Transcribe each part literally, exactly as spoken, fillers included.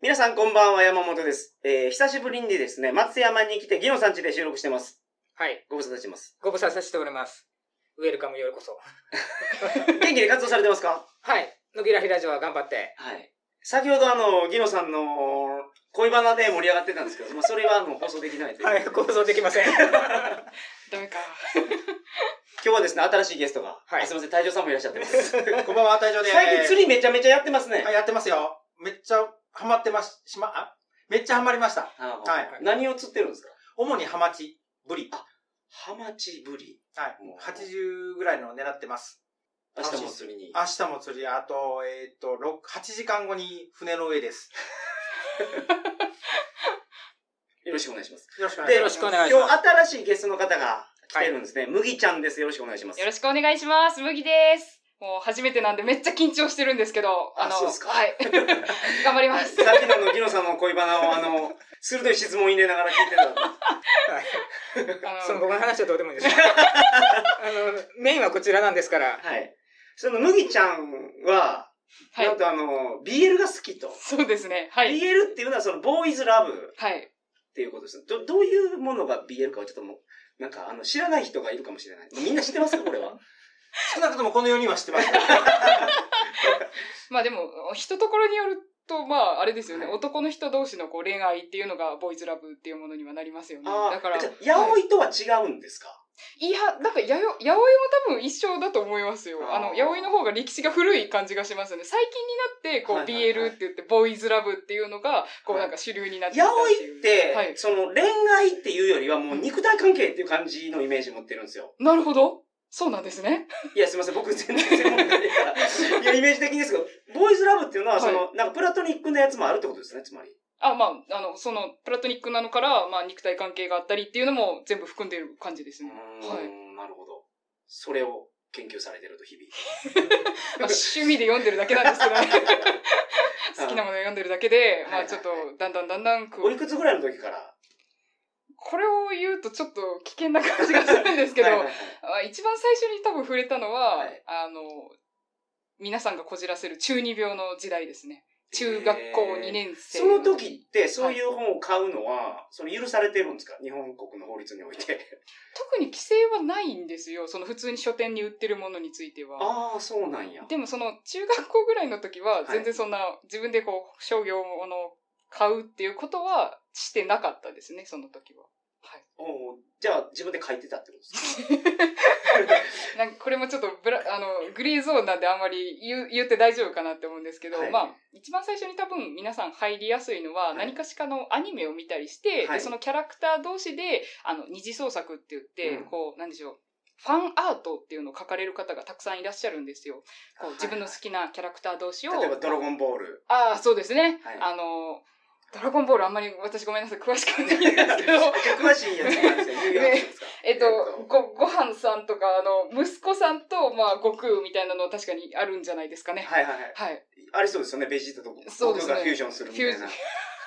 皆さんこんばんは、山本です。えー、久しぶりにですね、松山に来て、ギノさん家で収録してます。 はい。 ご無沙汰してます。 ご無沙汰しております。ウェルカムようこそ。 元気で活動されてますか？ はい。のぎらひラジオは頑張って。 はい。先ほどあの、ギノさんの恋バナで盛り上がってたんですけど、まあ、それはあの放送できないという。 はい、放送できません。ダメか。 今日はですね、新しいゲストが。はい。すみません、隊長さんもいらっしゃってます。 こんばんは、隊長です。 最近釣りめちゃめちゃやってますね。 はい、やってますよ。めっちゃハマってます。しま、あめっちゃハマりました。 はい。何を釣ってるんですか？ 主にハマチ、ブリ。 あ、ハマチ、ブリ。 はい。はちじゅうぐらいの狙ってます。 明日も釣りに。 明日も釣り。あと、えっと、はちじかんごに船の上です。 よろしくお願いします。 よろしくお願いします。 よろしくお願いします。 今日新しいゲストの方が来てるんですね。はい、麦ちゃんです。よろしくお願いします。 よろしくお願いします。麦です。もう初めてなんでめっちゃ緊張してるんですけど、 あの、そうですか。 はい。頑張ります。 さっきのギノさんの恋バナをあの、鋭い質問を入れながら聞いてた。はい。 その僕の話はどうでもいいです。あの、メインはこちらなんですから。 はい。その麦ちゃんは、はい、なんとあの、ビーエル が好きと。 そうですね。はい。 ビーエル っていうのはその、ボーイズラブ。 はい。 っていうことです。ど、どういうものが ビーエル かはちょっともう、なんかあの、知らない人がいるかもしれない。みんな知ってますかこれは。 少なくともこのよにんは知ってます。 まあでも、一ところによると、まああれですよね、はい、男の人同士のこう恋愛っていうのがボーイズラブっていうものにはなりますよね。だから。 じゃあ、ヤオイとは違うんですか？ はい、いや、だからやよ、やおいも多分一緒だと思いますよ。あの、やおいの方が歴史が古い感じがしますよね。最近になって、こう、ビーエル って言って、ボーイズラブっていうのが、こう、なんか主流になってきたっていう。 やおいって、はい、その、恋愛っていうよりはもう肉体関係っていう感じのイメージ持ってるんですよ。 なるほど。そうなんですね。 いや、すいません。僕全然専門家ないから。いや、イメージ的にですけど、ボーイズラブっていうのは、その、はい、なんかプラトニックなやつもあるってことですね、つまり。 あ、まあ、あの、その、プラトニックなのから、まあ、肉体関係があったりっていうのも全部含んでいる感じですね。はい。 なるほど。それを研究されてると、日々。 まあ、趣味で読んでるだけなんですけどね。好きなものを読んでるだけで、まあ、ちょっと、だんだんだんだん、 おいくつぐらいの時からこれを言うとちょっと危険な感じがするんですけど、はいはいはい、一番最初に多分触れたのは、はい、あの、皆さんがこじらせる中二病の時代ですね。中学校にねん生。 その時ってそういう本を買うのは、はい、その許されてるんですか？日本国の法律において。 特に規制はないんですよ。その普通に書店に売ってるものについては。 ああ、そうなんや。 でもその中学校ぐらいの時は全然そんな、はい、自分でこう商業ものを買うっていうことはしてなかったですね、その時は。はい。 おじゃあ自分で書いてたってことですか？ なんかこれもちょっとブラあのグリーゾーンなんであんまり言う言って大丈夫かなって思うんですけど、はい、まあ一番最初に多分皆さん入りやすいのは何かしかのアニメを見たりして、はい、でそのキャラクター同士であの二次創作って言って、うん、こうなんでしょう。ファンアートっていうのを描かれる方がたくさんいらっしゃるんですよ。こう自分の好きなキャラクター同士を。 例えばドラゴンボール。 ああ、そうですね。はい、あの、ドラゴンボールあんまり私ごめんなさい、詳しくないんですけど。 詳しいやつなんですよ。 ね、えっと、ご、ごはんさんとか、あの、息子さんと、まあ、悟空みたいなの確かにあるんじゃないですかね。 はいはいはい。はい。ありそうですよね、ベジータと悟空がフュージョンするみたいな。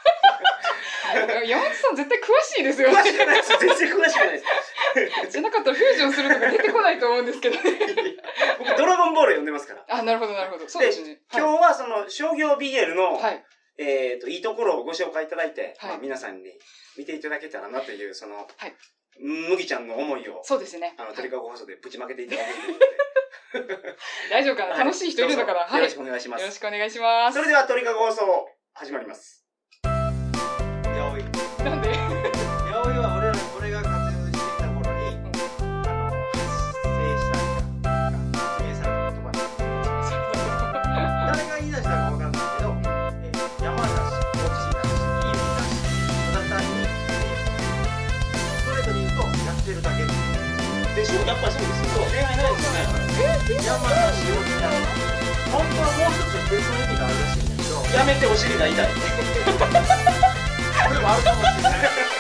山本さん絶対詳しいですよね。 詳しくないです。全然詳しくないです。 じゃなかったらフュージョンするとか出てこないと思うんですけどね。 僕、ドラゴンボール読んでますから。 あ、なるほどなるほど。そうですね。 今日はその商業 ビーエル の、はい、えっと、いいところをご紹介いただいて、はい、まあ、皆さんに見ていただけたらなという、その、はい、麦ちゃんの思いを、 そうですね。 あの、鳥かご放送でぶちまけていただけるということで。 大丈夫かな、楽しい人いるんだから。 はい、よろしくお願いします。 よろしくお願いします。 それでは鳥かご放送、始まります。 やおい。 なんで？ やおいは俺ら、俺が活躍していた頃に、うん、あの、発生したりが、発明された言葉です。誰が言い出したかわかんないけど、えー、山梨、オチなし、意味なし、ただ単に、ストレートに言うと、やってるだけでしょ、やっぱりそうですよ。恋愛ないですよね。 山梨、オチなし。本当はもう一つ別の意味があるらしいんだけど、 やめてお尻が痛い。 これもあるかもしれない。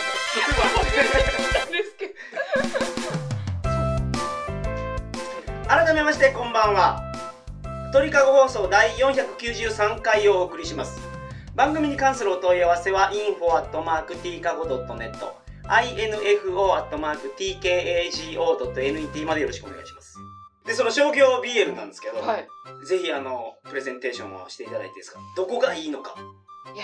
改めましてこんばんは。鳥かご放送第よんひゃくきゅうじゅうさんかいをお送りします。番組に関するお問い合わせは インフォ アットマーク ティーカゴ ドットネット インフォ アットマーク ティーケーエージーオー ドットネット までよろしくお願いします。で、その商業 ビーエル なんですけど、はい、ぜひあのプレゼンテーションをしていただいていいですか？どこがいいのか。 いや、やっぱ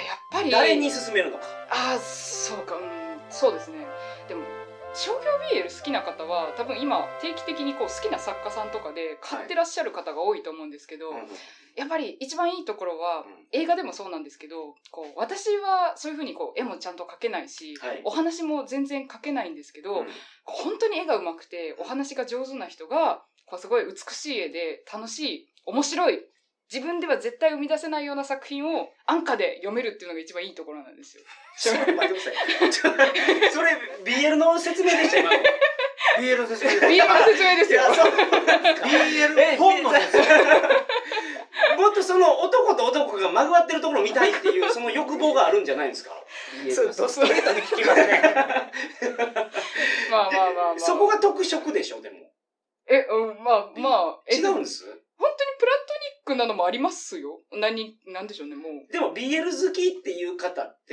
り誰に勧めるのか。 ああそうか、うん、そうですね。でも商業 ビーエル 好きな方は多分今定期的にこう好きな作家さんとかで買ってらっしゃる方が多いと思うんですけど、はい、やっぱり一番いいところは、うん、映画でもそうなんですけど、こう私はそういう風にこう絵もちゃんと描けないし、はい、お話も全然描けないんですけど、うん、本当に絵が上手くてお話が上手な人がこうすごい美しい絵で楽しい面白い自分では絶対生み出せないような作品を安価で読めるっていうのが一番いいところなんですよ。 ちょっと待ってください。それ ビーエル の説明でした今の。 ビーエル の説明です。 ビーエル の説明ですよ。 ビーエル 本の説明。 もっとその男と男がまぐわってるところを見たいっていうその欲望があるんじゃないですか。 そうドストレートに聞きますね。 まあまあまあまあ。 そこが特色でしょでも。 え、うん、まあまあ。 違うんです。 本当にプラトニックなのもありますよ。何、なんでしょうね、もう。 でも ビーエル 好きっていう方って、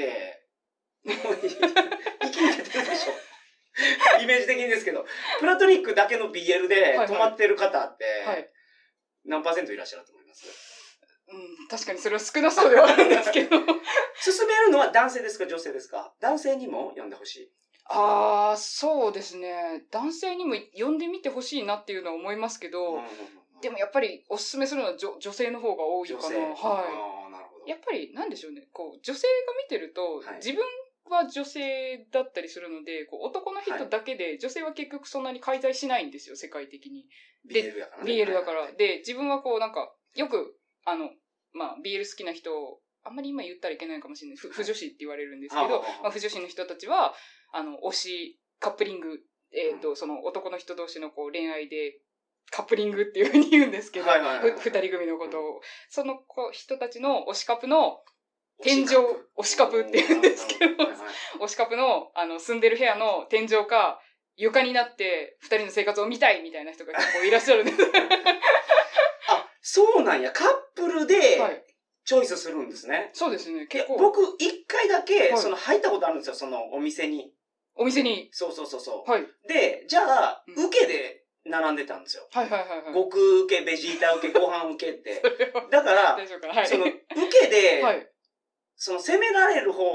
もう生き抜けてるでしょ。イメージ的にですけど、プラトニックだけの ビーエル で止まってる方って、何パーセントいらっしゃると思います？ うん、確かにそれは少なそうではあるんですけど。 勧めるのは男性ですか女性ですか？男性にも読んでほしい。 ああ、そうですね。男性にも読んでみてほしいなっていうのは思いますけど、うん、でもやっぱりおすすめするのは 女, 女性の方が多いかな。はい。 あ、なるほど。 やっぱりなんでしょうね。こう女性が見てると、はい、自分は女性だったりするので、こう男の人だけで、はい、女性は結局そんなに介在しないんですよ、世界的に。 で、ビーエル だからね。 ビーエル だから。はい、で、自分はこうなんか、よく、あの、まあ、ビーエル 好きな人、あんまり今言ったらいけないかもしれない。不女子って言われるんですけど、まあ、不女子の人たちは、あの、推し、カップリング、えっと、うん、その男の人同士のこう恋愛で、カップリングっていう風に言うんですけど、はいはいはいはい、二人組のことを、うん、その子人たちの推しカプの天井、推しカプって言うんですけど、はいはい、推しカプの、あの、住んでる部屋の天井か、床になって二人の生活を見たいみたいな人が結構いらっしゃるんです。 あ、そうなんや。カップルで、チョイスするんですね。はい、 そうですね。結構。 僕、一回だけ、その、入ったことあるんですよ、そのお店に。 お店に。 そうそうそうそう。 はい。 で、じゃあ、うん、受けで並んでたんですよ。 はいはいはいはい。 極受け、ベジータ受け、ご飯受けって。だから、 大丈夫かな、はい、 その、受けで、はい、その、攻められる方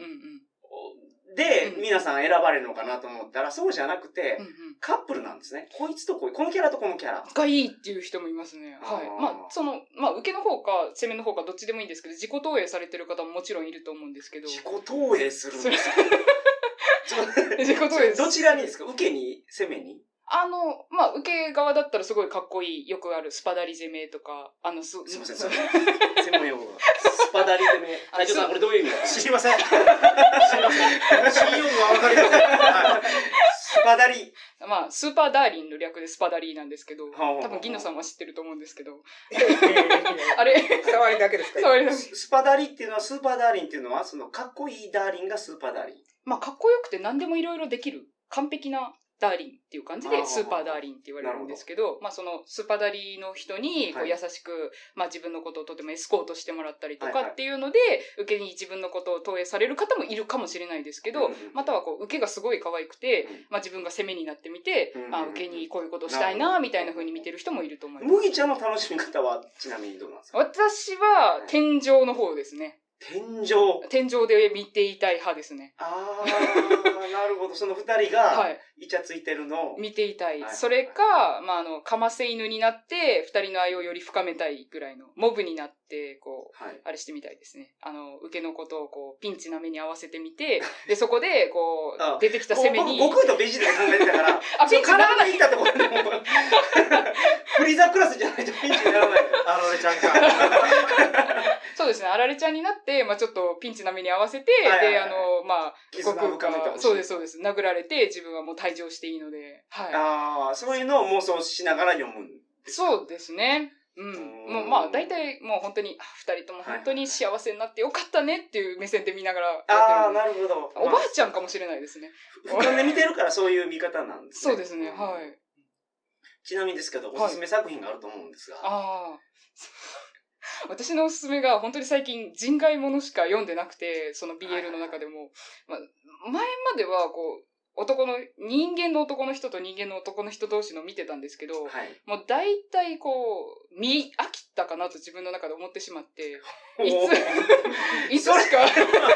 で、皆さん選ばれるのかなと思ったら、そうじゃなくて、うんうん、カップルなんですね。こいつとこい、このキャラとこのキャラ。 がいいっていう人もいますね。はい。まあ、その、まあ、受けの方か、攻めの方か、どっちでもいいんですけど、自己投影されてる方ももちろんいると思うんですけど。 自己投影するんですか？ 自己投影どちらにですか？受けに攻めに？ あの、まあ、受け側だったらすごいかっこいい、よくあるスパダリ攻めとか、あの、す、 すいません、すいません。専門用語が。スパダリ攻め。隊長さん、これどういう意味ですか？ 知りません。知りません。新用語はわかりません。はい。 スパダリ。 まあ、スーパーダーリンの略でスパダリなんですけど、多分銀野さんは知ってると思うんですけど。あれ触りだけですか？ 触りだけ。 スパダリっていうのは、スーパーダーリンっていうのは、その、かっこいいダーリンがスーパーダーリン。 まあ、かっこよくて何でもいろいろできる。完璧なダーリンっていう感じでスーパーダーリンって言われるんですけど、まあそのスーパーダリの人にこう優しく、はい、まあ自分のことをとてもエスコートしてもらったりとかっていうので、はいはい、受けに自分のことを投影される方もいるかもしれないですけど、うんうん、またはこう受けがすごい可愛くて、うん、まあ自分が攻めになってみて、うんうん、あ受けにこういうことをしたいなみたいな風に見てる人もいると思います。 麦ちゃんの楽しみ方はちなみにどうなんですか？ 私は天井の方ですね。 天井天井で見ていたい派ですね。 ああ、なるほど。その二人がイチャついてるのを、 はい、見ていたい。はい、それか、まあ、あの、かませ犬になって、二人の愛をより深めたいぐらいの、モブになって、こう、はい、あれしてみたいですね。あの、受けのことをこう、ピンチな目に合わせてみて、で、そこで、こう、出てきた攻めに。 僕、僕とベジータで考えてたから、あ、ピンチにならない。体がいったところでも、フリーザークラスじゃないとピンチにならない。 あられちゃんか。 そうですね、あられちゃんになって、まあちょっとピンチな目に合わせて、はいはいはい、で、あの、まあ、悟空か、そうです、そうです。殴られて、自分はもう退場していいので、はい。 ああ、そういうのを妄想しながら読むんですか？ そうですね。うん。もうまあ、大体もう本当に、二人とも本当に幸せになってよかったねっていう目線で見ながらやってる。 ああ、なるほど。 おばあちゃんかもしれないですね。 俯瞰で見てるからそういう見方なんですね。 そうですね、はい。 ちなみにですけど、おすすめ作品があると思うんですが。はい、ああ。 私のおすすめが本当に最近人外ものしか読んでなくて、その ビーエル の中でも。まあ、前まではこう、男の、人間の男の人と人間の男の人同士の見てたんですけど、はい、もう大体こう、見飽きたかなと自分の中で思ってしまって、いつ、いつしか、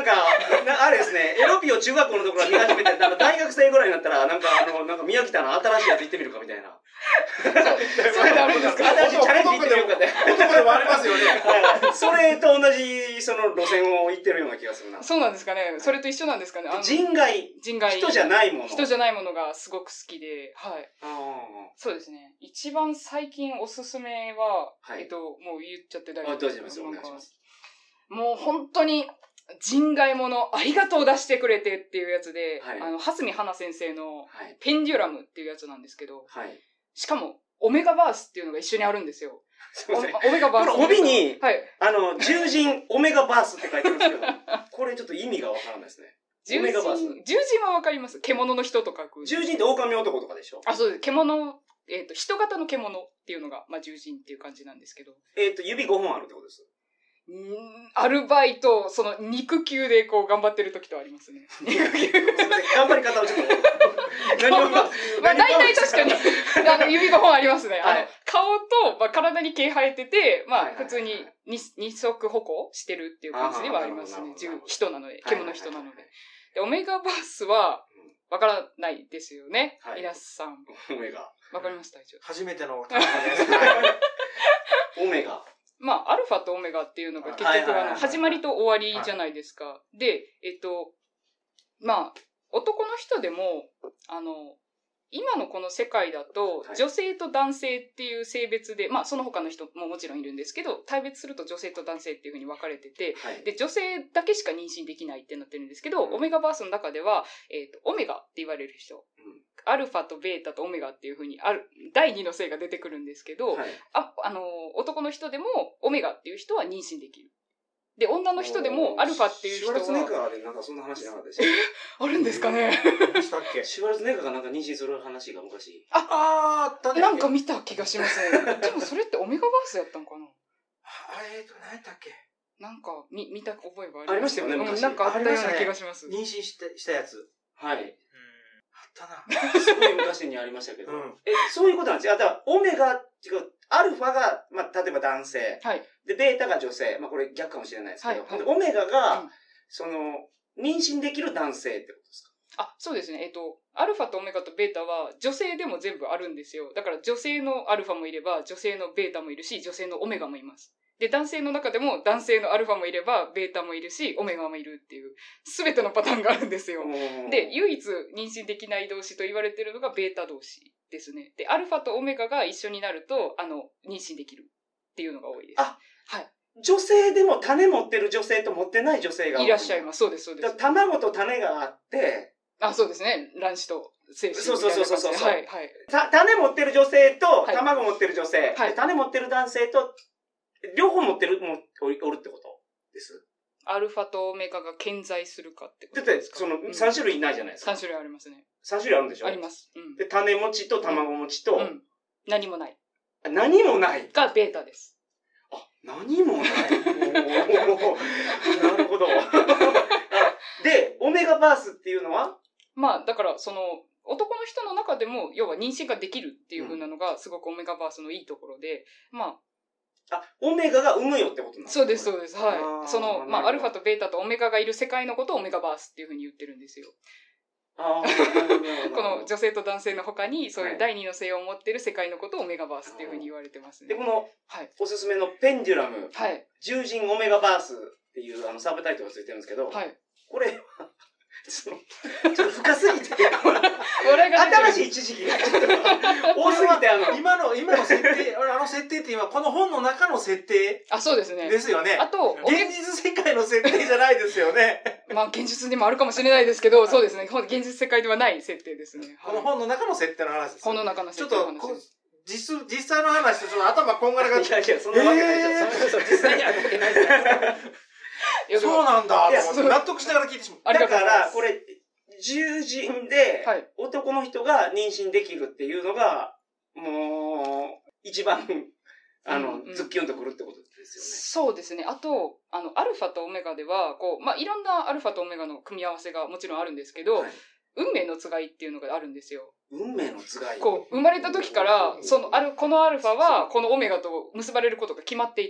か、なあれですね、エロピを中学校のところから見始めて、なんか大学生ぐらいになったら、なんかあの、なんか宮城田の新しいやつ行ってみるかみたいな。 そういうのあるんですか？ 新しいチャレンジ行ってみるかって。 男でもありますよね。 はいそれと同じ、その路線を行ってるような気がするな。 そうなんですかね。それと一緒なんですかね。あの人外。 人外。 人じゃないもの。 人じゃないものがすごく好きで、はい。 あそうですね。一番最近おすすめは、 はいえっと、もう言っちゃって大丈あ、 夫どうしますお願いします。 もう本当に人外ものありがとう出してくれてっていうやつで、 はいあの、蓮見花先生のはい。 ペンデュラムっていうやつなんですけど、 はい。 しかもオメガバースっていうのが一緒にあるんですよ。 すいません。 オメガバース。 この帯に、 はい。 あの、獣人オメガバースって書いてるんですけど、これちょっと意味がわからないですね。オメガバース。 獣人はわかります。獣の人と書く。 獣人って狼男とかでしょ？ あ、そうです。獣、えっ、と、人型の獣っていうのが、まあ、獣人っていう感じなんですけど。 えっと、指ごほんあるってことです。 うーん、アルバイト、その、肉球でこう、頑張ってる時とありますね。肉球。 すいません。頑張り方をちょっと。何をまあ、大体確かに、あの、指ごほんありますね。あの、 はい顔と、まあ、体に毛生えてて、まあ、 はいはいはい普通に二、二足歩行してるっていう感じではありますね。 あーなるほどなるほど人なので、獣人なのはいはいはいで。で、オメガバースは、わからないですよね。 はい皆さん。 オメガ。 わかりました、一応。 初めての単語です。 オメガ。 まあ、アルファとオメガっていうのが結局、 はいはいはいはいあの、始まりと終わりじゃないですか。で、えっと、まあ、男の人でも、あの、今のこの世界だとは、い女性と男性っていう性別で、まあ、その他の人ももちろんいるんですけど、対別すると女性と男性っていうふうに分かれてて、 はい。 で、女性だけしか妊娠できないってなってるんですけど、 うんオメガバースの中では、えっと、オメガって言われる人、 うんアルファとベータとオメガっていうふうに、ある、だいにの性が出てくるんですけど、 はい。 あ、あの、男の人でもオメガっていう人は妊娠できる。で、女の人でもアルファっていう人シュワルツェネッは、 ガーでなんかそんな話なかったでしょ？ あるんですかね。 何したっけ？ シュワルツェネッガーがなんか妊娠する話が昔。 あー、あったね。 なんか見た気がしますね。でもそれってオメガバースやったんかなあえーと、何やったっけ？ なんか、み、見た覚えがありましたよねうん昔なんかあったような気がします。 妊娠してしたやつ。 はい。 うん。あったな。 すごい昔にありましたけど。 うんえ、そういうことなんですよ。だから、オメガ、違う、アルファが、まあ、例えば男性。 はい。 で、ベータが女性。まあ、これ逆かもしれないですけど。 はいはいでオメガが、 うんその、妊娠できる男性ってことですか？ あ、そうですね。えっと、アルファとオメガとベータは女性でも全部あるんですよ。だから女性のアルファもいれば、女性のベータもいるし、女性のオメガもいます。で、男性の中でも男性のアルファもいれば、ベータもいるし、オメガもいるっていう、すべてのパターンがあるんですよ。で、唯一妊娠できない同士と言われてるのがベータ同士ですね。で、アルファとオメガが一緒になると、あの、妊娠できるっていうのが多いです。 あ女性でも種持ってる女性と持ってない女性がいらっしゃいす。 ます。そうです、そうです。 だから卵と種があって、 あ、そうですね。卵子と精子みたいな感じで。 そうそうそうそうそうはい、はい。 た種持ってる女性とはい卵持ってる女性、 はいで種持ってる男性と両方持ってるもおりおるってことです。 アルファとオメガが健在するかってこだってとですか？ そのうんさん種類いないじゃないですか。 さん種類ありますね。 さん種類あるんでしょ？ あります。うん。 で、種持ちと卵持ちと、 うん。何もない。 あ何もない。 がベータです。 あ、何もない。おーなるほど。あで、オメガバースっていうのはまあ、だから、その、男の人の中でも、要は妊娠ができるっていう風なのが、すごくオメガバースのいいところで、まあ、 あ、オメガが産むよってことなんそうです、 うそうです。はあーい。その、まあ、 なるほどアルファとベータとオメガがいる世界のことをオメガバースっていう風に言ってるんですよ。 あーこの女性と男性の他に、そういはいう第二の性を持ってる世界のことをオメガバースっていう風に言われてますで、 ね。 このはい。 おすすめのペンデュラム、 はい。 獣人オメガバースっていうあのサブタイトルがついてるんですけど、 はい。 これは、そのちょっと深すぎて、 俺が出てる新しい知識がちょっと多すぎて、あの、 今の、今の設定、あの設定って今、この本の中の設定あ、そうですね。 ですよね。 あと、オメ現実世界の設定じゃないですよね。 まあ、現実にもあるかもしれないですけど、そうですね。ほん現実世界ではない設定ですね。はいこの本の中の設定の話です。 本の中のちょっ設定のとこ話です。 実、実際の話とちょっと頭こんがらがって。 いやいや、そんなわけないじゃん。 えーそうそう実際にあるわけないじゃん。 いやでもそうなんだいやと思って納得しながら聞いてしまう。 ありがだから、 とうございます。 これ、獣人ではい、 男の人が妊娠できるっていうのが、もう、一番、あのうんうん、 ズッキュンとくるってことですそうですね。あと、あの、アルファとオメガでは、こう、まあ、いろんなアルファとオメガの組み合わせがもちろんあるんですけど、 よね。はい運命のつがいっていうのがあるんですよ。 運命のつがい。 こう、生まれた時から、その、ある、このアルファは、このオメガと結ばれることが決まっていたと。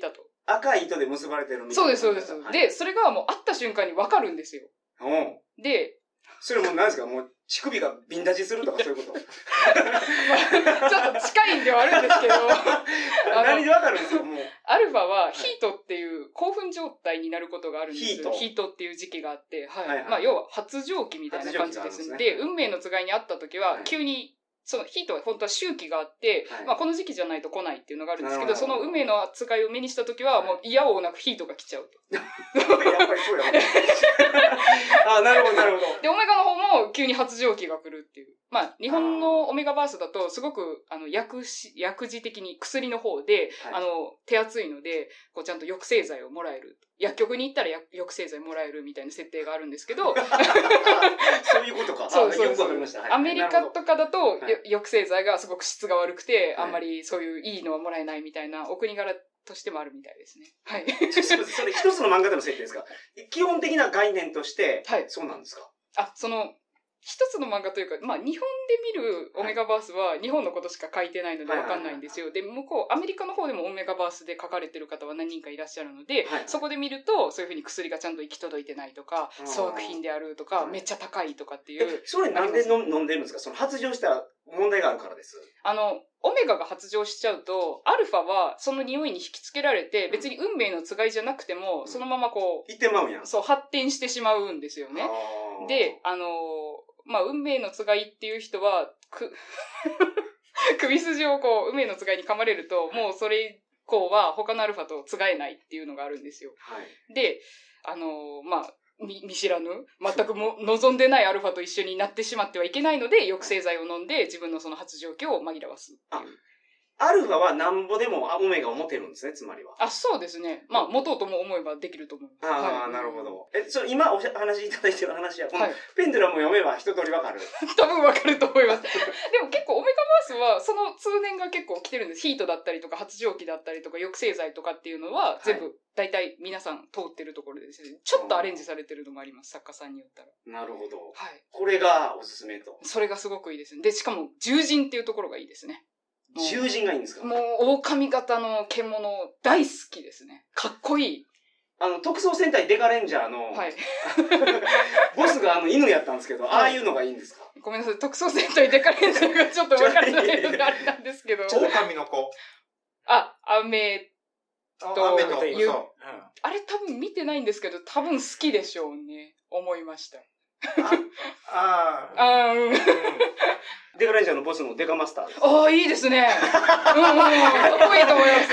赤い糸で結ばれてるみたいな。 そうです、そうです。 はい、 で、それがもう会った瞬間に分かるんですよ。 うん。 で、 それもう何ですか、もう乳首がビン立ちするとかそういうことまあ、ちょっと近いんではあるんですけど何でわかるんですか、もう。 アルファはヒートっていう興奮状態になることがあるんです。 ヒートヒートっていう時期があって、はい。 はいはい、 まあ要は発情期みたいな感じです。で、ね、で、運命のつがいに会った時は、急に、そのヒートは本当は周期があって、はい、まあこの時期じゃないと来ないっていうのがあるんですけど、その運命のつがいを目にした時は、もう嫌をなくヒートが来ちゃうと。 やっぱりそうやね。あ、なるほど、なるほど。 で、オメガの方も急に発情期が来るっていう。まあ、日本のオメガバースだと、すごく、あの、薬し、薬事的に薬の方で、はい、あの、手厚いので、こう、ちゃんと抑制剤をもらえる。薬局に行ったら抑制剤もらえるみたいな設定があるんですけど。 そういうことか。 そうそうそう。 よくわかりました。はい、 アメリカとかだと、 はい、 抑制剤がすごく質が悪くて、はい、あんまりそういういいのはもらえないみたいな、お国柄としてもあるみたいですね。はい。 それ一つの漫画での設定ですか？基本的な概念として、はい。そうなんですか？ あ、その、一つの漫画というか、まあ、日本で見るオメガバースは日本のことしか書いてないのでわかんないんですよ。で、向こう、アメリカの方でもオメガバースで書かれてる方は何人かいらっしゃるので、はい、そこで見ると、そういうふうに薬がちゃんと行き届いてないとか、粗悪品であるとか、めっちゃ高いとかっていう。 それなんで飲んでるんですか？その発情したら問題があるからです。 あの、オメガが発情しちゃうと、アルファはその匂いに引きつけられて、別に運命のつがいじゃなくても、そのままこう、 いってまうやん。 そう、発展してしまうんですよね。で、あの、まあ、運命のつがいっていう人は、く、首筋をこう、運命のつがいに噛まれると、もうそれ以降は他のアルファとつがえないっていうのがあるんですよ。はい、で、あの、まあ、見、見知らぬ全くも望んでないアルファと一緒になってしまってはいけないので、抑制剤を飲んで自分のその発情期を紛らわすっていう。 アルファはなんぼでもオメガを持てるんですね、つまりは。 あ、そうですね。まあ、持とうとも思えばできると思います。 ああ、はい、なるほど。え、それ今お話いただいてる話は、このペンドゥラムを読めば一通りわかる。 多分わかると思います。でも結構オメガバースは、その通年が結構来てるんです。ヒートだったりとか、発情期だったりとか、抑制剤とかっていうのは、全部、大体皆さん通ってるところですね。ちょっとアレンジされてるのもあります、作家さんによったら。 なるほど。 はい。 これがおすすめと。 それがすごくいいですね。で、しかも、獣人っていうところがいいですね。 獣人がいいんですか？ もう、狼型の獣大好きですね。かっこいい。 あの、特捜戦隊デカレンジャーの、 はい。 ボスがあの犬やったんですけど、はい、ああいうのがいいんですか？ ごめんなさい、特捜戦隊デカレンジャーがちょっと分かれないのであれなんですけど。 狼の子。 あ、アメと、 アメと、 いう。あれ多分見てないんですけど、多分好きでしょうね。思いました。 ああ。 あうん。 デカレンジャーのボスのデカマスターです。 ああ、いいですね。うんうんうん。かっこいいと思います。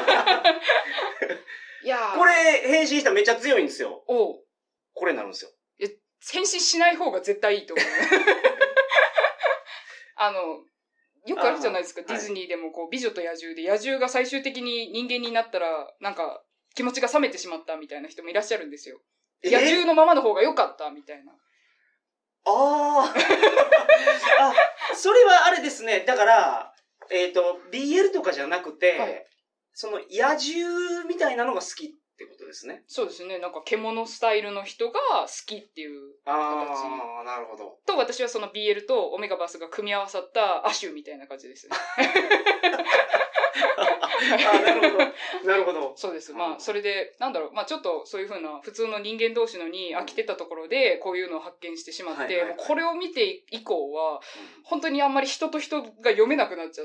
いやこれ、変身したらめっちゃ強いんですよ。 おう。 これになるんですよ。 え、変身しない方が絶対いいと思う。あの、よくあるじゃないですか。ディズニーでもこう、美女と野獣で、野獣が最終的に人間になったら、なんか、気持ちが冷めてしまったみたいな人もいらっしゃるんですよ。野獣のままの方が良かったみたいな。 ああ。あ、それはあれですね。だから、えっと、ビーエル とかじゃなくて、はい、その野獣みたいなのが好きってことですね。 そうですね。なんか獣スタイルの人が好きっていう形。 ああ、なるほど。 と、私はその ビーエル とオメガバースが組み合わさったアシュみたいな感じです。 あ、なるほど。なるほど。 そうです。まあ、それで、なんだろう、まあちょっとそういう風な普通の人間同士のに飽きてたところで、こういうのを発見してしまって、はいはいはい、これを見て以降は、本当にあんまり人と人が読めなくなっちゃって、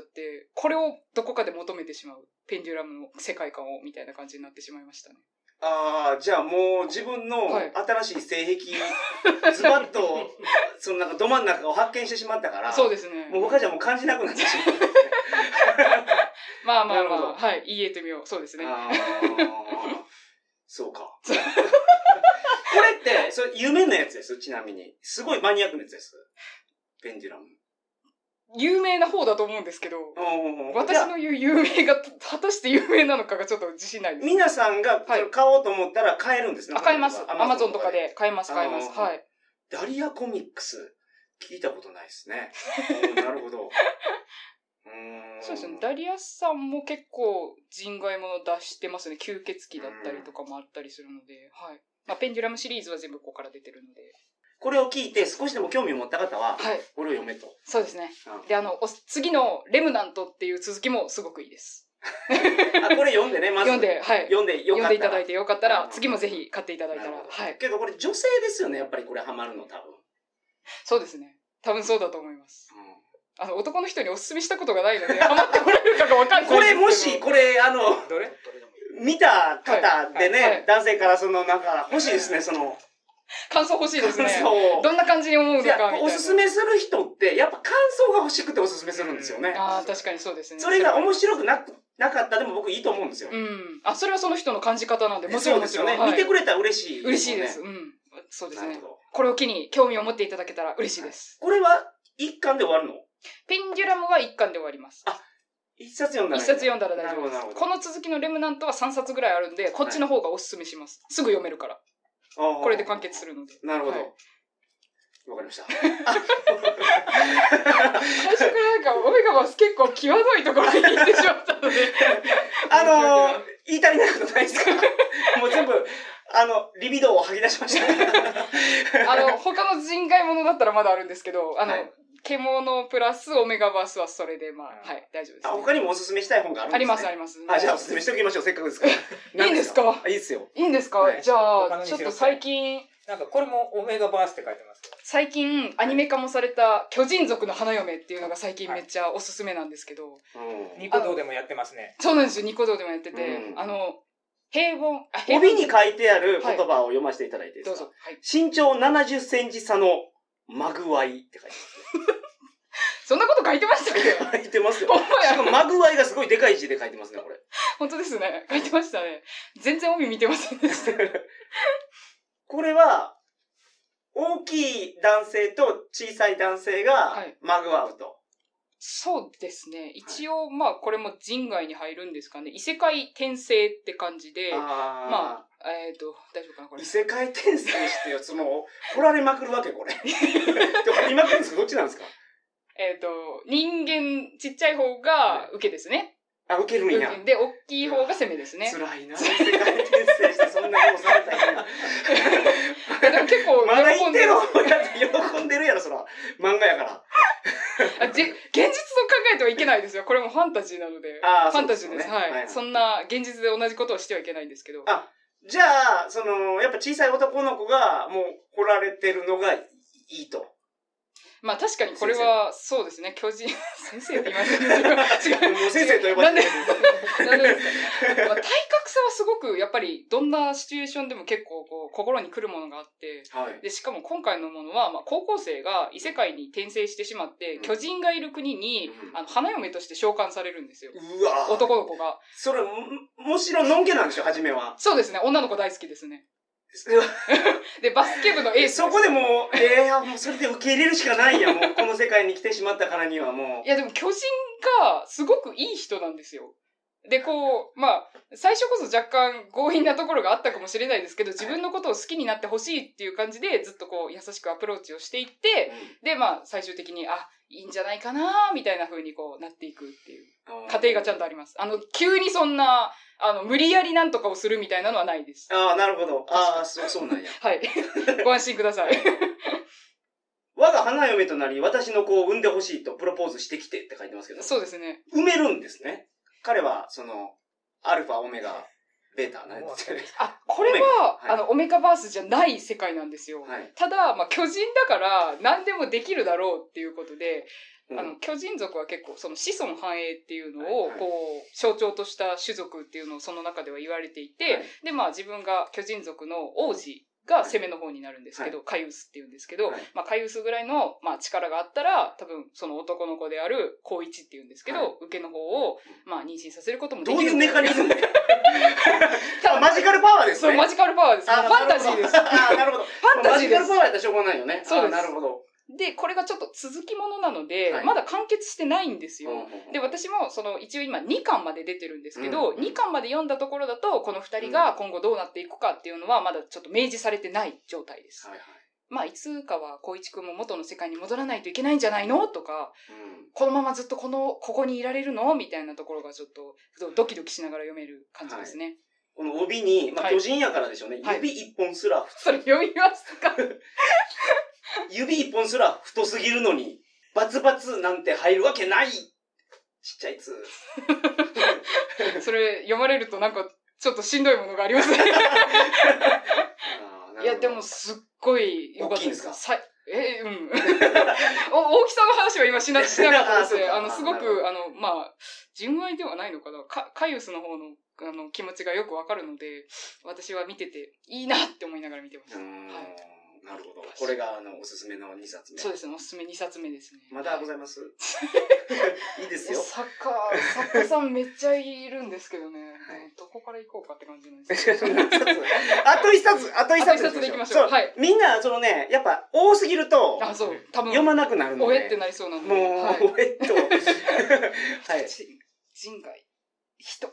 これをどこかで求めてしまう。ペンデュラムの世界観を、みたいな感じになってしまいましたね。 ああ、じゃあもう自分の新しい性癖、ズバッと、そのなんかど真ん中を発見してしまったから、 そうですね。 もう他じゃもう感じなくなってしまう。 まあまあまあ、はい、言えてみよう。そうですね。 あそうか。これって、それ夢のやつです、ちなみに。すごいマニアックなやつです。ペンデュラム。 有名な方だと思うんですけど、私の言う有名が果たして有名なのかがちょっと自信ないです。 皆さんが買おうと思ったら買えるんですね。 あ、買えます。アマゾンとかで買えます、買えます。はい。 ダリアコミックス、聞いたことないですね。なるほど。 そうですね。ダリアさんも結構人外もの出してますね。吸血鬼だったりとかもあったりするので、はい。まあ、ペンデュラムシリーズは全部ここから出てるので。 これを聞いて少しでも興味を持った方は、はい、これを読めと。 そうですね。うん、で、あの、次のレムナントっていう続きもすごくいいです。 あ、これ読んでね、まず。 読んで、はい。 読んでよかったら。 読んでいただいてよかったら、 うん次もぜひ買っていただいたら。はい。 けどこれ女性ですよね、やっぱりこれハマるの多分。 そうですね。多分そうだと思います。 うんあの、男の人にお勧めしたことがないので、ハマってもらえるかがわかんないですけど。 これもし、これ、あの、 どれ見た方でね、 はいはい男性からその、なんか、欲しいですね、その、 感想欲しいですね。 そう。 どんな感じに思うのかいやみたいな。 おすすめする人って、やっぱ感想が欲しくておすすめするんですよね。 ああ、確かにそうですね。 それが面白くなくなかったでも僕いいと思うんですよ。 うん。あ、それはその人の感じ方なんで、もちろんもちろん。 そうですよね。 はい見てくれたら嬉しい、 嬉しいです。うん。そうですねなるほ。ど。 これを機に興味を持っていただけたら嬉しいです。 これは一巻で終わるの？ ペンデュラムは一巻で終わります。 あ、一冊読んだら一冊読んだら大丈夫です。 なるほどなるほどこの続きのレムナントは三冊ぐらいあるんで、こっちの方がおすすめします。すぐ読めるから。 ここれで完結するので。 なるほど。 はいわかりました。 最初からなんか、オメガバス結構際どいところに行ってしまったので。 あのー、言い足りないことないですか？もう全部、あの、リビドーを吐き出しました。 あの、他の人外ものだったらまだあるんですけど、あの、 はい獣プラスオメガバースはそれで、まあ、 うんはい、大丈夫です、 あ、他にもおすすめしたい本があるんですね。 あります、あります。 あ、じゃあおすすめしておきましょう。せっかくですから。 いいんですか？ あ、いいですよ。 いいんですか、 はいじゃあ、 他のにしろちょっと最近、 なんかこれもオメガバースって書いてますけど。 最近アニメ化もされた巨人族の花嫁っていうのが最近めっちゃおすすめなんですけど、 うんニコ動でもやってますね。 そうなんですよ、ニコ動でもやってて、 うんあの、平凡、あ平凡帯に書いてある言葉を読ませていただいていいですか？ どうぞ。はい。 身長ななじゅっセンチ差のマグワイって書いてそんなこと書いてましたっけ？ ます。書いてますよ。 ほんまやしかもマグワイがすごいでかい字で書いてますね、これ。 本当ですね。書いてましたね。全然帯見てませんでした。 これは、大きい男性と小さい男性がはいマグワウと。 そうですね。一応、まあ、これも人外に入るんですかね。異世界転生って感じで、 あまあ、えっ、と、大丈夫かな、これ異。世界転生してやつもう、掘られまくるわけ、これ。で掘りまくるんですか？どっちなんですか？ えっと、人間、ちっちゃい方が受けですね。 あ、受けるんや。 受けで、大きい方が攻めですね。 辛いな。異世界転生してそんなことされたらいいな。 でも結構まだ言喜んでる。 ってるだって喜んでるやろ、そら。漫画やから。 あじ現実を考えてはいけないですよ。これもファンタジーなので。 あーファンタジーです。はい、 そうですよねはいはいそんな現実で同じことをしてはいけないんですけど。 あじゃあ、その、やっぱ小さい男の子がもう掘られてるのがいいと。 まあ確かにこれは、そうですね。巨人、先生って言いましたね。違う。 もう先生と呼ばれてる。 なんでですか、まあ、体格差はすごく、やっぱり、どんなシチュエーションでも結構、こう、心に来るものがあって、 はい。 で、しかも今回のものは、まあ、高校生が異世界に転生してしまって、 うん巨人がいる国に、 うんあの、花嫁として召喚されるんですよ。 うわ男の子が。 それ、ももちろんのんけなんでしょ、初めは。 そうですね。女の子大好きですね。で、バスケ部のエースです。 そこでもう、えー、もうそれで受け入れるしかないや、もうこの世界に来てしまったからにはもう。 いや、でも巨人がすごくいい人なんですよ。で、こう、まあ、最初こそ若干強引なところがあったかもしれないですけど、自分のことを好きになってほしいっていう感じで、ずっとこう、優しくアプローチをしていって、で、まあ、最終的に、あ、いいんじゃないかなみたいな風にこう、なっていくっていう過程がちゃんとあります。あの、急にそんな、あの、無理やりなんとかをするみたいなのはないです。 ああ、なるほど。ああ、そう、そうなんや。 はい。ご安心ください。 我が花嫁となり、私の子を産んでほしいとプロポーズしてきてって書いてますけど。 そうですね。 産めるんですね。彼は、その、アルファ、オメガ、ベータなんですよね。 あ、これは、 はいあの、オメガバースじゃない世界なんですよ。 はい。 ただ、まあ、巨人だから、何でもできるだろうっていうことで、 うんあの、巨人族は結構、その子孫繁栄っていうのを、 はいはいこう、象徴とした種族っていうのをその中では言われていて、 はいで、まあ、自分が巨人族の王子が攻めの方になるんですけど、カイウスって言うんですけど、 はいまあ、カイウスぐらいの、まあ、力があったら、多分、その男の子である、光一って言うんですけど、 はい受けの方を、まあ、妊娠させることもでどうきる。 いうメカニズムたあマジカルパワーですそう、 ね。 マジカルパワーです。もうあファンタジーです。 あーなるほど。 ファンタジーですマジカルパワーやったらしょうがないよね。 そうですあーなるほど。 で、これがちょっと続きものなので、 はいまだ完結してないんですよ。 うんうんうんで、私も、その、一応今にかんまで出てるんですけど、 うんにかんまで読んだところだと、このふたりが今後どうなっていくかっていうのは、まだちょっと明示されてない状態です。 はいはい。 まあ、いつかは、光一くんも元の世界に戻らないといけないんじゃないのとか、 うんこのままずっとこの、ここにいられるのみたいなところがちょっと、ドキドキしながら読める感じですね。 この帯に、まあ、 はい巨人やからでしょうね。 はい指一本すら、 それ読みますか？ 指一本すら太すぎるのに、バツバツなんて入るわけない。 ちっちゃいつ。 それ読まれるとなんかちょっとしんどいものがありますね。いやでもすっごい良かったです。 大きいんですか？ さえうん。お大きさの話は今しなしなかったですね。あのすごくあのまあ純愛ではないのかな。かカイウスの方のあの気持ちがよくわかるので、私は見てていいなって思いながら見てました。はい。 なるほど。これがあのおすすめのにさつめ。 そうですね。おすすめにさつめですね。 まだございます？いいですよ。 作家作家さんめっちゃいるんですけどね。はい、どこから行こうかって感じなんですけど。 あと一冊、あと一冊でいきましょう。はい。 みんなそのね、やっぱ多すぎると、 あ、そう、多分読まなくなるので。 おえってなりそうなので。 もう、はい、おえっと。はい。 人外。人。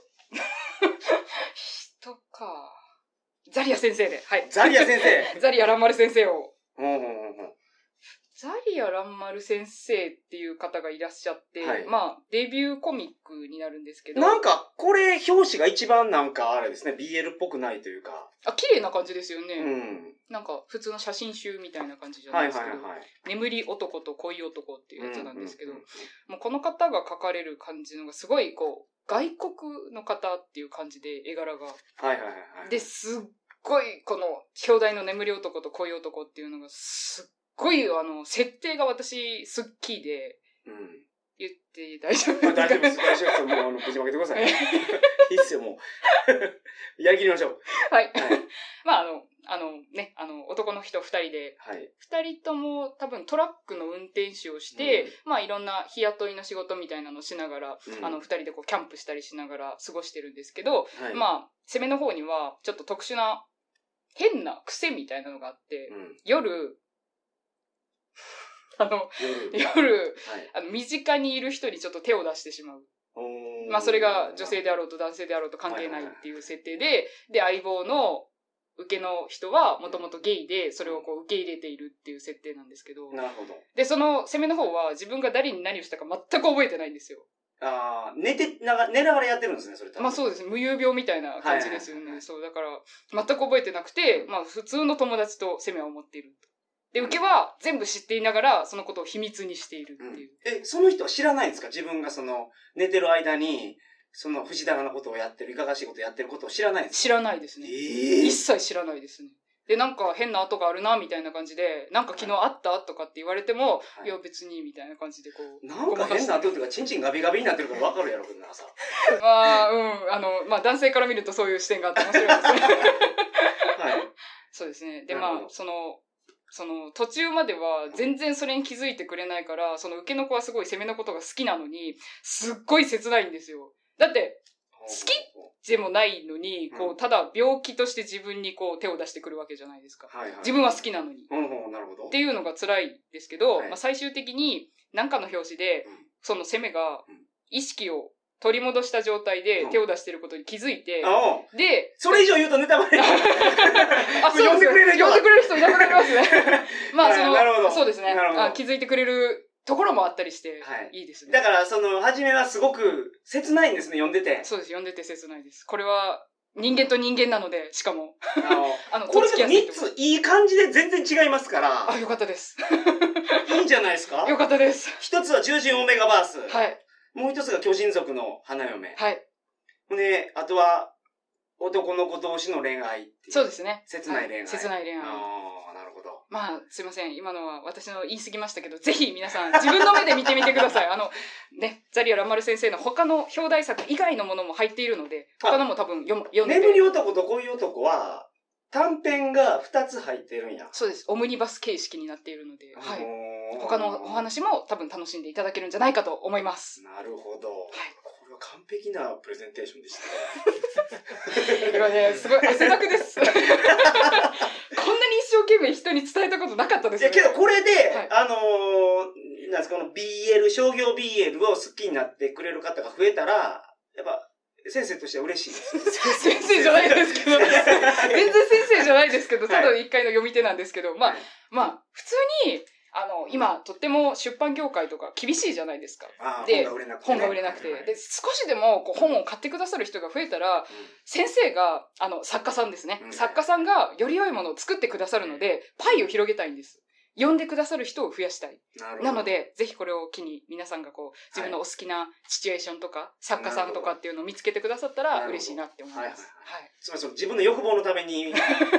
人か。ザリア先生で。はい。 ザリア先生。 ザリア蘭丸先生を。 うんうんうんうん。 ザリア蘭丸先生っていう方がいらっしゃって、 はい、 まあ、デビューコミックになるんですけど。 なんか、これ、表紙が一番なんか、あれですね、ビーエル っぽくないというか。 あ、綺麗な感じですよね。 うん。 なんか、普通の写真集みたいな感じじゃないですけど。はいはいはい。眠り男と恋男っていうやつなんですけど、うんうんうん、もうこの方が描かれる感じのがすごい、こう、外国の方っていう感じで、絵柄が。 はいはいはい、はい。 で、すっごい、この、表題の眠り男と恋男っていうのが、すっごい、あの、設定が私、好きで、うん、言って大丈夫ですか？ 大丈夫です、大丈夫です。もう、あの、ぶちまけてください。いいっすよ、もう。やりきりましょう。 はい。はい、まあ、あの、あのね、あの、男の人二人で、 はい、 二人とも多分トラックの運転手をして、うん、まあ、いろんな日雇いの仕事みたいなのをしながら、うん、あの、二人でこう、キャンプしたりしながら過ごしてるんですけど、はい、まあ、攻めの方には、ちょっと特殊な、変な癖みたいなのがあって、うん、夜、あの、夜、夜はい、あの、身近にいる人にちょっと手を出してしまう。まあ、それが女性であろうと男性であろうと関係ないっていう設定で、で、相棒の受けの人はもともとゲイで、それをこう受け入れているっていう設定なんですけど。 なるほど。 で、その攻めの方は自分が誰に何をしたか全く覚えてないんですよ。 ああ、寝てなが、寝ながらやってるんですね、それ多分。 まあそうですね。無遊病みたいな感じですよね。はいはいはい、そう、だから、全く覚えてなくて、まあ普通の友達と攻めは思っている。で、受けは全部知っていながら、そのことを秘密にしているっていう。 うん、え、その人は知らないんですか？自分がその、寝てる間に、その藤高のことをやってる、いかがわしいことをやってることを知らないんですか？ 知らないですね。えー、一切知らないですね。で、なんか変な跡があるな、みたいな感じで、なんか昨日あったとかって言われても、はい、いや別に、みたいな感じでこう。 なんか変な跡っていうか、チンチンガビガビになってるから分かるやろ、こんな朝。 まあ、うん、あの、まあ男性から見るとそういう視点があって面白いですね。はい。そうですね。で、まあ、その、その途中までは全然それに気づいてくれないから、その受けの子はすごい攻めのことが好きなのに、すっごい切ないんですよ。だって、好きでもないのに、こう、ただ病気として自分にこう手を出してくるわけじゃないですか。はいはい、自分は好きなのに。 うんうん、なるほど。 っていうのが辛いですけど、はい、まあ、最終的に何かの表紙で、うん、その攻めが意識を取り戻した状態で手を出していることに気づいて、 うん、 で、 それ以上言うとネタバレ。あ、 そう呼んでくれる人呼んでくれる人いなくなりますね。まあ、その、 なるほど。 そうですねあ。気づいてくれるところもあったりして、はい、いいですね。 だから、その、初めはすごく切ないんですね、読んでて。 そうです、読んでて切ないです。これは、人間と人間なので、しかも。 あの、これでみっついい感じで全然違いますから。 あ、よかったです。 いいんじゃないですか？ よかったです。 一つは獣人オメガバース。 はい。 もう一つが巨人族の花嫁。 はい。 で、あとは、男の子同士の恋愛っていう。 そうですね。 切ない恋愛。はい、 切ない恋愛。 ああ、なるほど。 まあ、すいません。今のは私の言い過ぎましたけど、ぜひ皆さん自分の目で見てみてください。あの、ね、ザリア・ランマル先生の他の表題作以外のものも入っているので、他のも多分読んで。 眠り男と恋男は、短編がふたつ入ってるんや。 そうです。オムニバス形式になっているので、はい。他のお話も多分楽しんでいただけるんじゃないかと思います。 なるほど。はい。これは完璧なプレゼンテーションでしたね。 今ね、すごい汗だくです。こんなに一生懸命人に伝えたことなかったですよね。いや、けどこれで、はい、あのー、なんですか、この ビーエル、商業 ビーエルを好きになってくれる方が増えたら、やっぱ、先生としては嬉しいです。 先生じゃないですけど、全然先生じゃないですけど、ただ一回の読み手なんですけど、まあ、はい、まあ、普通に、あの、今、とっても出版業界とか厳しいじゃないですか。 で、 本が売れなくて。で、少しでもこう本を買ってくださる人が増えたら、うん、先生が、あの、作家さんですね、うん。作家さんがより良いものを作ってくださるので、パイを広げたいんです。 読んでくださる人を増やしたい。 なるほど。 なので、ぜひこれを機に皆さんがこう、自分のお好きなシチュエーションとか、作家さんとかっていうのを見つけてくださったら嬉しいなって思います。 はい。 はい。 つまりその自分の欲望のために、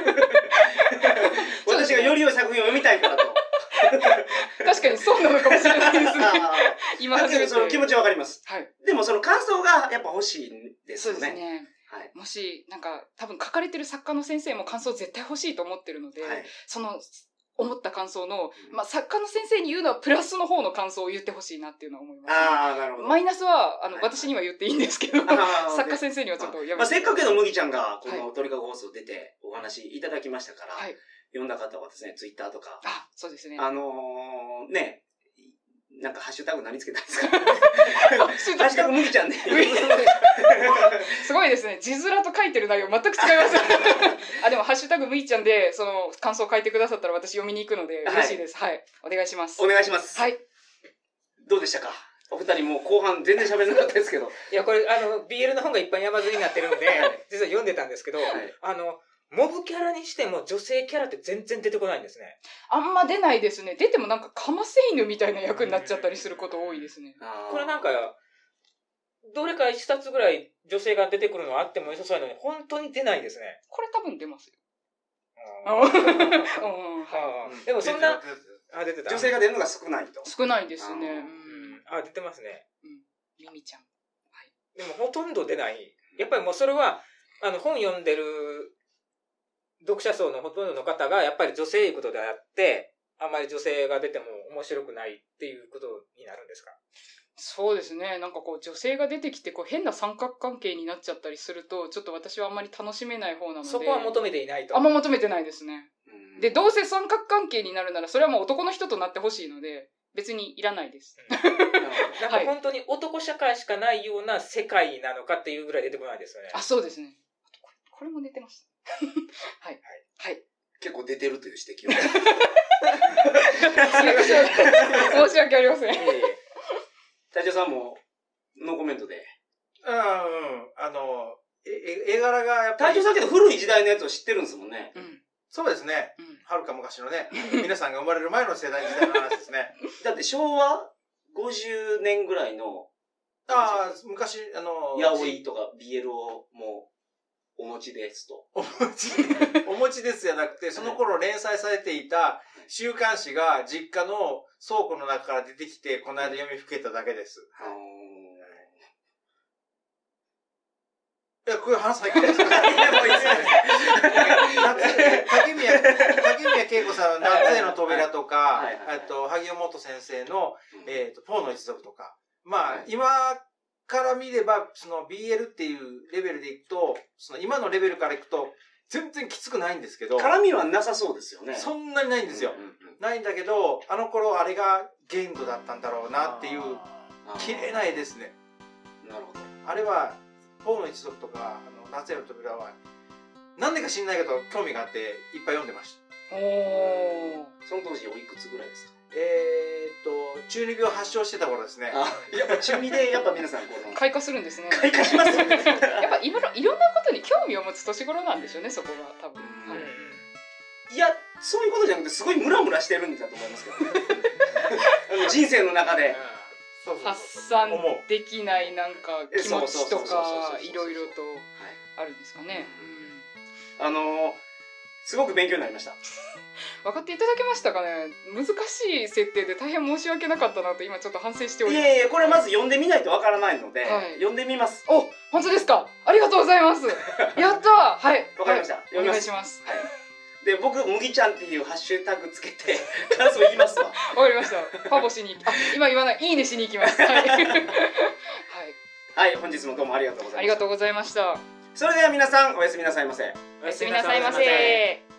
私がより良い作品を読みたいからと。 確かにそうなのかもしれないですね。今初めて。 その気持ちわかります。 はい。 でもその感想がやっぱ欲しいんですよね。 そうですね。はい、もし、なんか、多分書かれてる作家の先生も感想絶対欲しいと思ってるので、はい、その、思った感想の、まあ、作家の先生に言うのはプラスの方の感想を言ってほしいなっていうのは思います、ね。ああ、なるほど。マイナスは、あの、はい、私には言っていいんですけど、作家先生にはちょっとやめて。 まあ、せっかくの麦ちゃんが、この鳥かご放送出てお話いただきましたから、はい、読んだ方はですね、ツイッターとか、 あ、そうですね。 あのー、ね、なんかハッシュタグ何つけたんですかハッシュタグ麦ちゃんで。 すごいですね。字面と書いてる内容全く違います。あ、でもハッシュタグ麦ちゃんで、その感想を書いてくださったら私読みに行くので嬉しいです。はい。はい、お願いします。 お願いします。はい。どうでしたかお二人もう後半全然喋れなかったですけど。 いや、これ、あの、ビーエル の本がいっぱい山積みになってるんで、実は読んでたんですけど、はい、あの、モブキャラにしても女性キャラって全然出てこないんですね。 あんま出ないですね。出てもなんかかませ犬みたいな役になっちゃったりすること多いですね。 これなんか、どれか一冊ぐらい女性が出てくるのあっても良さそうなのに、本当に出ないですね。 これ多分出ますよ。 でもそんな、 あ、出てた。女性が出るのが少ないと。 少ないですね。 あ、うん、あ出てますね。 うん。ミミちゃん。 はい。でもほとんど出ない。やっぱりもうそれは、あの、本読んでる、読者層のほとんどの方がやっぱり女性いうことであって、あんまり女性が出ても面白くないっていうことになるんですか？ そうですね。なんかこう女性が出てきてこう変な三角関係になっちゃったりすると、ちょっと私はあんまり楽しめない方なので。 そこは求めていないと。 あんま求めてないですね。で、どうせ三角関係になるならそれはもう男の人となってほしいので、別にいらないです。 なんか本当に男社会しかないような世界なのかっていうぐらい出てこないですよね。 あ、そうですね。これも出てます。はい。はい。 結構出てるという指摘を。 申し訳ありません。 隊長さんも、ノーコメントで。 うん、うん。あの、え、絵柄がやっぱり。 隊長さんけど古い時代のやつを知ってるんですもんね。 うん。そうですね。はるか昔のね、皆さんが生まれる前の世代時代の話ですね。 だって昭和ごじゅうねんぐらいの、 ああ、昔、あの、 ヤオイとか ビーエル をもう、お持ちですと。 お持ち、お持ちですじゃなくて、その頃連載されていた週刊誌が実家の倉庫の中から出てきて、この間読みふけただけです。いや、こういう話最高ですか？竹宮、竹宮恵子さんの夏への扉とか、あと、萩尾元先生の、えっと、ポーの一族とか。まあ、今、から見れば、その ビーエル っていうレベルでいくと、その今のレベルからいくと、全然きつくないんですけど。 絡みはなさそうですよね。 そんなにないんですよ。うんうんうん、ないんだけど、あの頃あれが限度だったんだろうなっていう、綺麗な絵ですね。 なるほど。 あれは、ポーの一族とか、あの、夏への扉は、なんでか知んないけど、興味があって、いっぱい読んでました。 おー。 その当時おいくつぐらいですか？ えーっと、中二病発症してた頃ですね。 あ、やっぱ中二で、やっぱ皆さんこの。 開花するんですね。 開花しますよね。 やっぱいろいろんなことに興味を持つ年頃なんでしょうね、そこが多分。はい、 いや、そういうことじゃなくて、すごいムラムラしてるんだと思いますけどね。あの人生の中で。 発散できないなんか気持ちとか、いろいろとあるんですかね。 あの、すごく勉強になりました。 分かっていただけましたかね。難しい設定で大変申し訳なかったなと今ちょっと反省しております。 いやいや、これまず読んでみないとわからないので、はい、読んでみます。 お、本当ですか。ありがとうございます。やったー。はい。 わかりました。 はい、お願いします。 はい。で、僕、麦ちゃんっていうハッシュタグつけて、感想言いますわ。わかりました。ファボしに、あ、今言わない、いいねしに行きます。はい。はい。 はい、本日もどうもありがとうございました。 ありがとうございました。 それでは皆さん、おやすみなさいませ。 おやすみなさいませ。